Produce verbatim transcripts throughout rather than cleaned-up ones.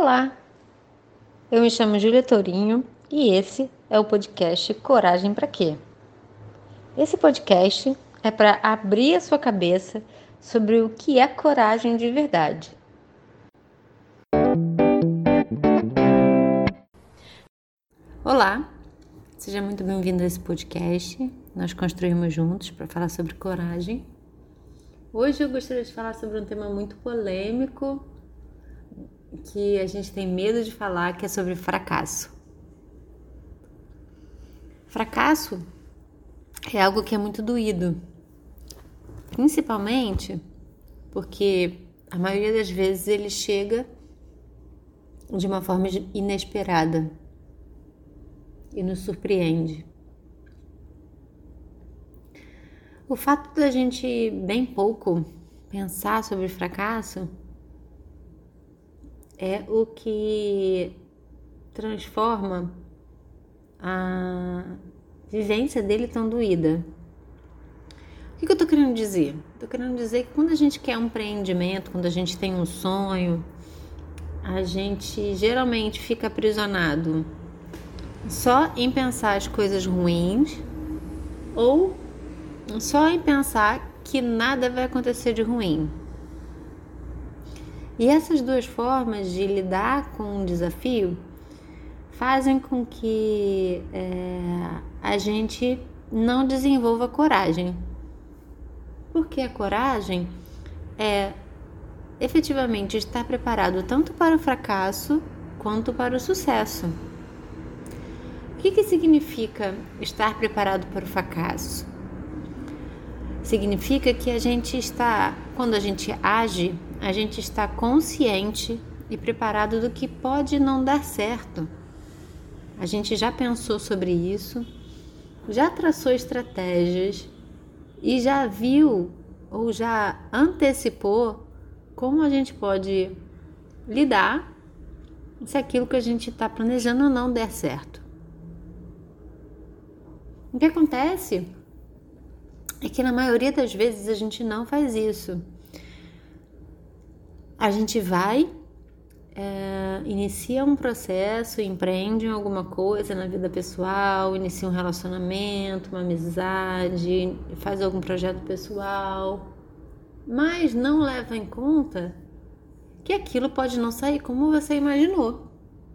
Olá, eu me chamo Júlia Tourinho e esse é o podcast Coragem pra Quê? Esse podcast é para abrir a sua cabeça sobre o que é coragem de verdade. Olá, seja muito bem-vindo a esse podcast. Nós construímos juntos para falar sobre coragem. Hoje eu gostaria de falar sobre um tema muito polêmico que a gente tem medo de falar, que é sobre fracasso. Fracasso é algo que é muito doído, principalmente porque a maioria das vezes ele chega de uma forma inesperada e nos surpreende. O fato da gente bem pouco pensar sobre fracasso é o que transforma a vivência dele tão doída. O que, que eu tô querendo dizer? Tô querendo dizer que quando a gente quer um empreendimento, quando a gente tem um sonho, a gente geralmente fica aprisionado só em pensar as coisas ruins ou só em pensar que nada vai acontecer de ruim. E essas duas formas de lidar com um desafio fazem com que é, a gente não desenvolva coragem. Porque a coragem é efetivamente estar preparado tanto para o fracasso quanto para o sucesso. O que, que significa estar preparado para o fracasso? Significa que a gente está, quando a gente age, a gente está consciente e preparado do que pode não dar certo. A gente já pensou sobre isso, já traçou estratégias e já viu ou já antecipou como a gente pode lidar se aquilo que a gente está planejando não der certo. O que acontece é que na maioria das vezes a gente não faz isso. A gente vai, é, inicia um processo, empreende em alguma coisa na vida pessoal, inicia um relacionamento, uma amizade, faz algum projeto pessoal, mas não leva em conta que aquilo pode não sair como você imaginou.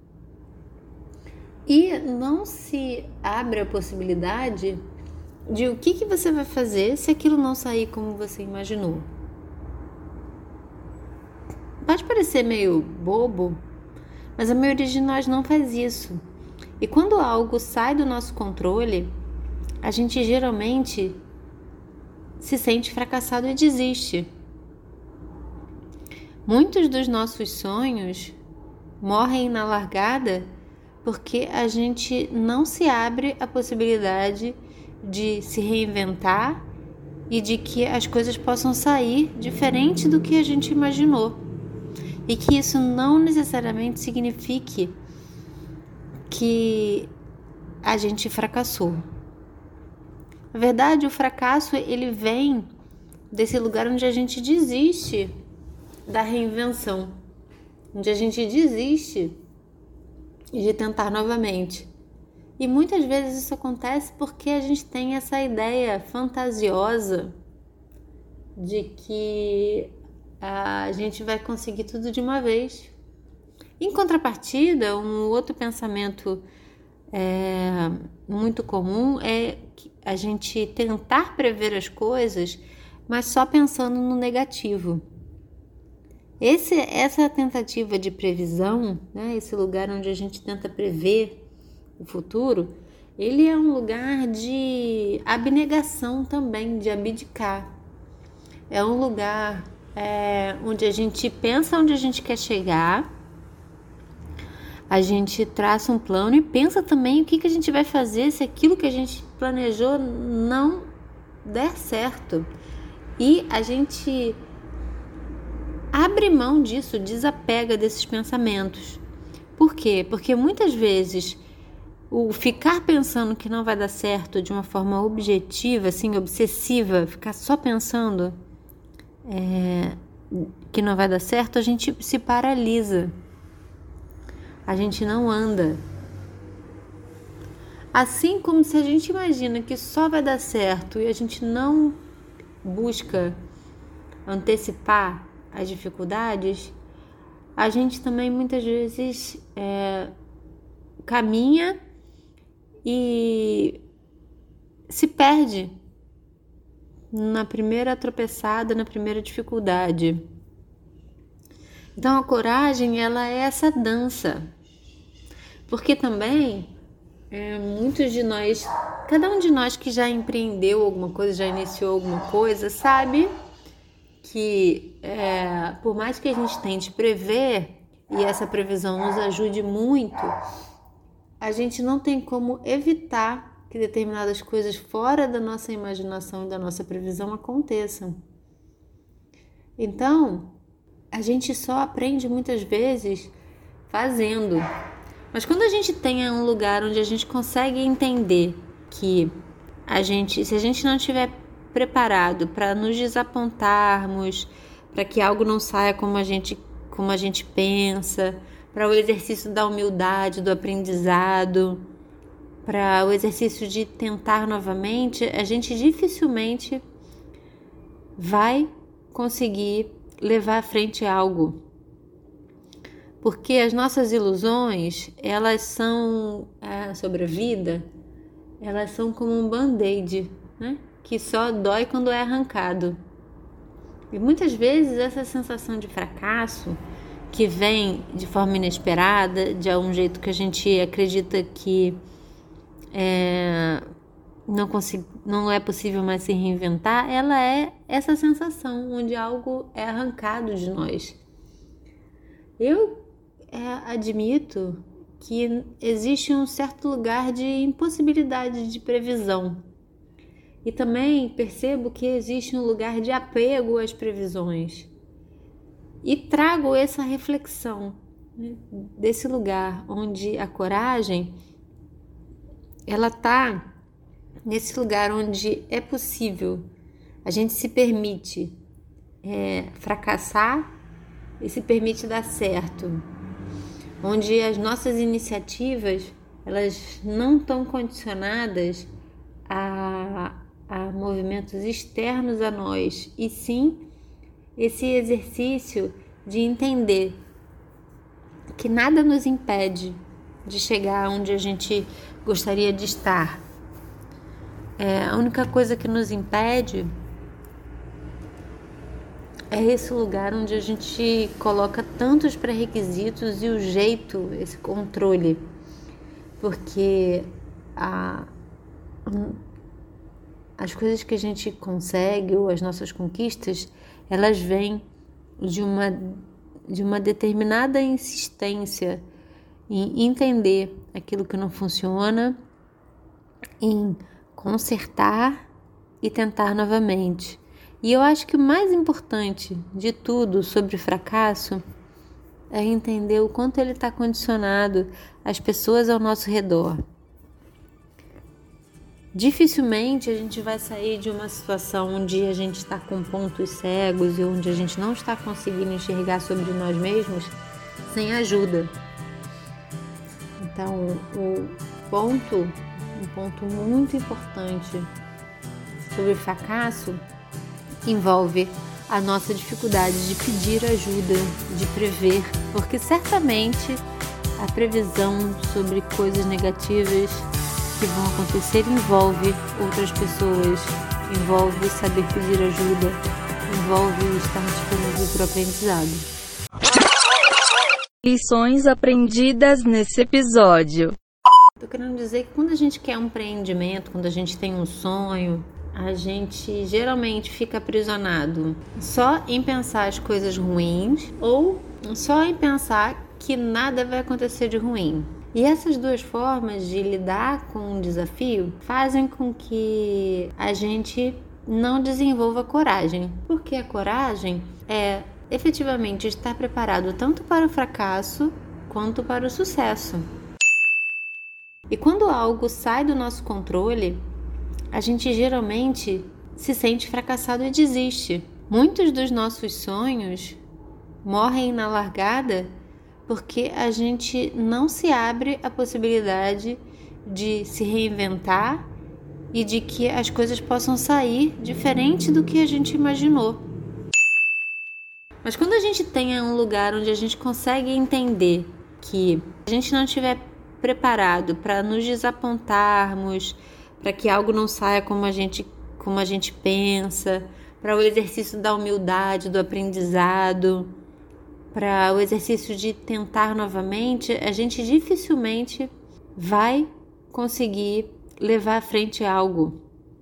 E não se abre a possibilidade de o que, que você vai fazer se aquilo não sair como você imaginou. Pode parecer meio bobo, mas a maioria de nós não faz isso. E quando algo sai do nosso controle, a gente geralmente se sente fracassado e desiste. Muitos dos nossos sonhos morrem na largada porque a gente não se abre à possibilidade de se reinventar e de que as coisas possam sair diferente do que a gente imaginou. E que isso não necessariamente signifique que a gente fracassou. Na verdade, o fracasso ele vem desse lugar onde a gente desiste da reinvenção, onde a gente desiste de tentar novamente. E muitas vezes isso acontece porque a gente tem essa ideia fantasiosa de que a gente vai conseguir tudo de uma vez. Em contrapartida, um outro pensamento é, muito comum é a gente tentar prever as coisas, mas só pensando no negativo. Esse, essa tentativa de previsão, né, esse lugar onde a gente tenta prever o futuro, ele é um lugar de abnegação também, de abdicar. É um lugar é, onde a gente pensa onde a gente quer chegar, a gente traça um plano e pensa também o que, que a gente vai fazer se aquilo que a gente planejou não der certo. E a gente abre mão disso, desapega desses pensamentos. Por quê? Porque muitas vezes o ficar pensando que não vai dar certo de uma forma objetiva, assim, obsessiva, ficar só pensando é, que não vai dar certo, a gente se paralisa. a gente não anda. Assim como se a gente imagina que só vai dar certo e a gente não busca antecipar as dificuldades, a gente também muitas vezes é, caminha e se perde na primeira tropeçada, na primeira dificuldade. Então a coragem, ela é essa dança, porque também é, muitos de nós, cada um de nós que já empreendeu alguma coisa, já iniciou alguma coisa, sabe que é, por mais que a gente tente prever e essa previsão nos ajude muito, a gente não tem como evitar que determinadas coisas fora da nossa imaginação e da nossa previsão aconteçam. Então, a gente só aprende muitas vezes fazendo. Mas quando a gente tem um lugar onde a gente consegue entender que a gente, se a gente não tiver preparado para nos desapontarmos, para que algo não saia como a gente, como a gente pensa, para o exercício da humildade, do aprendizado, para o exercício de tentar novamente, a gente dificilmente vai conseguir levar à frente algo. Porque as nossas ilusões, elas são, é, sobre a vida, elas são como um band-aid, né? Que só dói quando é arrancado. E muitas vezes essa sensação de fracasso, que vem de forma inesperada, de algum jeito que a gente acredita que é, não, consigo, não é possível mais se reinventar, ela é essa sensação onde algo é arrancado de nós. Eu é, admito que existe um certo lugar de impossibilidade de previsão. E também percebo que existe um lugar de apego às previsões. E trago essa reflexão, né, desse lugar onde a coragem, ela está nesse lugar onde é possível, a gente se permite é, fracassar e se permite dar certo. Onde as nossas iniciativas, elas não estão condicionadas a a movimentos externos a nós, e sim esse exercício de entender que nada nos impede de chegar onde a gente gostaria de estar. É, a única coisa que nos impede é esse lugar onde a gente coloca tantos pré-requisitos e o jeito, esse controle, porque a as coisas que a gente consegue, ou as nossas conquistas, elas vêm de uma, de uma determinada insistência em entender aquilo que não funciona, em consertar e tentar novamente. E eu acho que o mais importante de tudo sobre fracasso é entender o quanto ele está condicionado às pessoas ao nosso redor. Dificilmente a gente vai sair de uma situação onde a gente está com pontos cegos e onde a gente não está conseguindo enxergar sobre nós mesmos sem ajuda. Então, o ponto, um ponto muito importante sobre fracasso envolve a nossa dificuldade de pedir ajuda, de prever, porque certamente a previsão sobre coisas negativas que vão acontecer envolve outras pessoas, envolve saber pedir ajuda, envolve estar disponível para o aprendizado. Lições aprendidas nesse episódio. Estou querendo dizer que quando a gente quer um empreendimento, quando a gente tem um sonho, a gente geralmente fica aprisionado só em pensar as coisas ruins ou só em pensar que nada vai acontecer de ruim. E essas duas formas de lidar com um desafio fazem com que a gente não desenvolva coragem, porque a coragem é efetivamente estar preparado tanto para o fracasso quanto para o sucesso. E quando algo sai do nosso controle, a gente geralmente se sente fracassado e desiste. Muitos dos nossos sonhos morrem na largada porque a gente não se abre à possibilidade de se reinventar e de que as coisas possam sair diferente do que a gente imaginou. Mas quando a gente tem um lugar onde a gente consegue entender que a gente não estiver preparado para nos desapontarmos, para que algo não saia como a gente, como a gente pensa, para o exercício da humildade, do aprendizado, para o exercício de tentar novamente, a gente dificilmente vai conseguir levar à frente algo.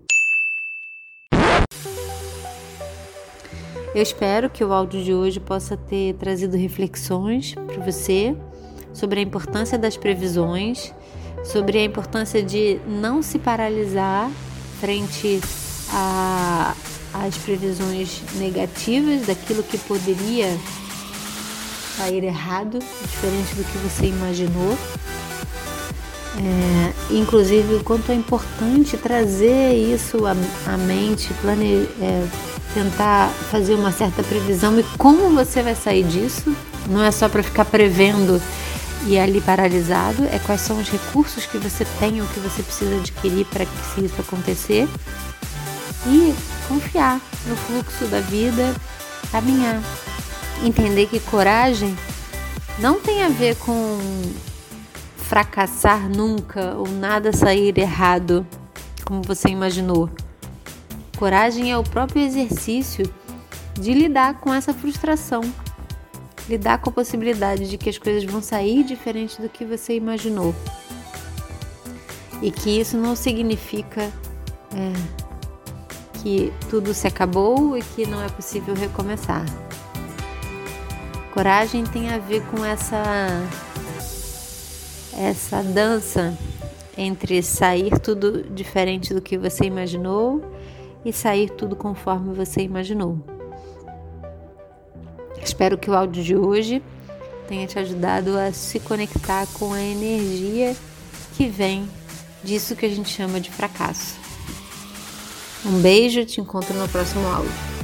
Eu espero que o áudio de hoje possa ter trazido reflexões para você sobre a importância das previsões, sobre a importância de não se paralisar frente a, às previsões negativas daquilo que poderia sair errado, diferente do que você imaginou. É, inclusive, o quanto é importante trazer isso à, à mente, plane, é, tentar fazer uma certa previsão e como você vai sair disso. Não é só para ficar prevendo e ali paralisado, é quais são os recursos que você tem ou que você precisa adquirir para que isso acontecer e confiar no fluxo da vida, caminhar. Entender que coragem não tem a ver com fracassar nunca ou nada sair errado como você imaginou. Coragem é o próprio exercício de lidar com essa frustração, lidar com a possibilidade de que as coisas vão sair diferente do que você imaginou e que isso não significa é, que tudo se acabou e que não é possível recomeçar. Coragem tem a ver com essa, essa dança entre sair tudo diferente do que você imaginou e sair tudo conforme você imaginou. Espero que o áudio de hoje tenha te ajudado a se conectar com a energia que vem disso que a gente chama de fracasso. Um beijo, te encontro no próximo áudio.